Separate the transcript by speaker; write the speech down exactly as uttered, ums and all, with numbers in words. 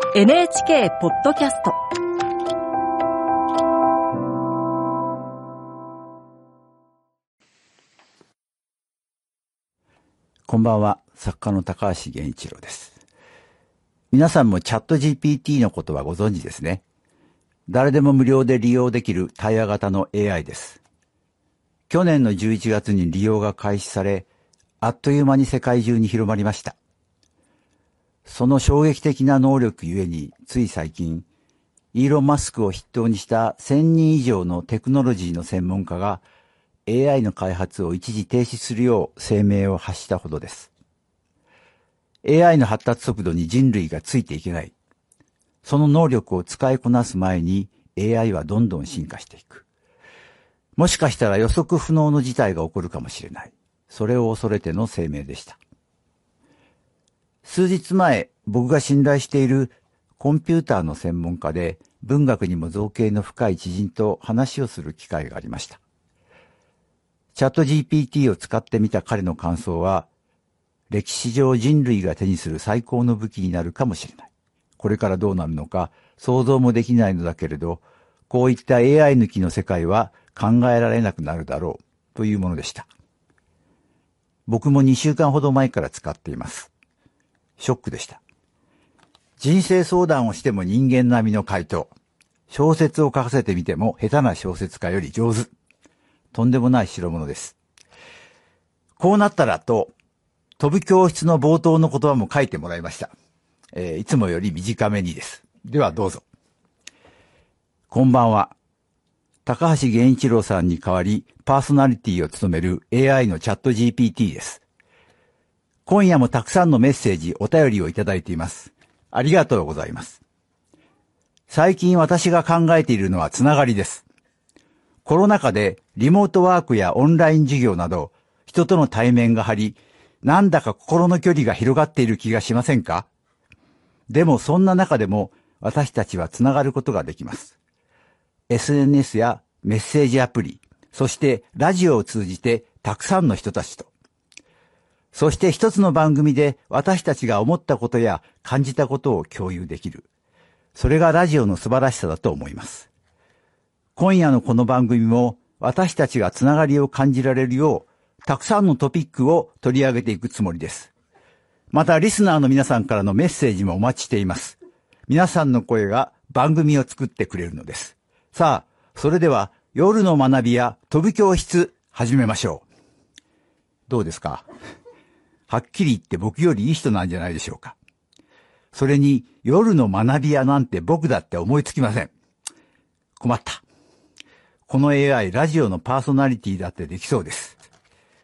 Speaker 1: エヌエイチケー ポッドキャスト
Speaker 2: こんばんは、作家の高橋源一郎です。皆さんもチャット ジーピーティー のことはご存知ですね。誰でも無料で利用できる対話型の エーアイ です。去年のじゅういちがつに利用が開始され、あっという間に世界中に広まりました。その衝撃的な能力ゆえに、つい最近、イーロン・マスクを筆頭にしたせんにん以上のテクノロジーの専門家が、エーアイ の開発を一時停止するよう声明を発したほどです。エーアイ の発達速度に人類がついていけない。その能力を使いこなす前に エーアイ はどんどん進化していく。もしかしたら予測不能の事態が起こるかもしれない。それを恐れての声明でした。数日前、僕が信頼しているコンピューターの専門家で文学にも造詣の深い知人と話をする機会がありました。チャット ジーピーティー を使ってみた彼の感想は、歴史上人類が手にする最高の武器になるかもしれない。これからどうなるのか想像もできないのだけれど、こういった エーアイ 抜きの世界は考えられなくなるだろうというものでした。僕もにしゅうかんほど前から使っています。ショックでした。人生相談をしても人間並みの回答。小説を書かせてみても下手な小説家より上手。とんでもない代物です。こうなったらと、飛ぶ教室の冒頭の言葉も書いてもらいました。えー、いつもより短めにです。ではどうぞ。こんばんは。高橋源一郎さんに代わりパーソナリティを務める エーアイ のチャット ジーピーティー です。今夜もたくさんのメッセージ、お便りをいただいています。ありがとうございます。最近私が考えているのはつながりです。コロナ禍でリモートワークやオンライン授業など人との対面が張り、なんだか心の距離が広がっている気がしませんか？でもそんな中でも私たちはつながることができます。エスエヌエス やメッセージアプリ、そしてラジオを通じてたくさんの人たちと。そして一つの番組で私たちが思ったことや感じたことを共有できる。それがラジオの素晴らしさだと思います。今夜のこの番組も私たちがつながりを感じられるよう、たくさんのトピックを取り上げていくつもりです。またリスナーの皆さんからのメッセージもお待ちしています。皆さんの声が番組を作ってくれるのです。さあ、それでは夜の学びや飛ぶ教室始めましょう。どうですか？はっきり言って僕よりいい人なんじゃないでしょうか。それに夜の学び屋なんて僕だって思いつきません。困った。この エーアイ ラジオのパーソナリティだってできそうです。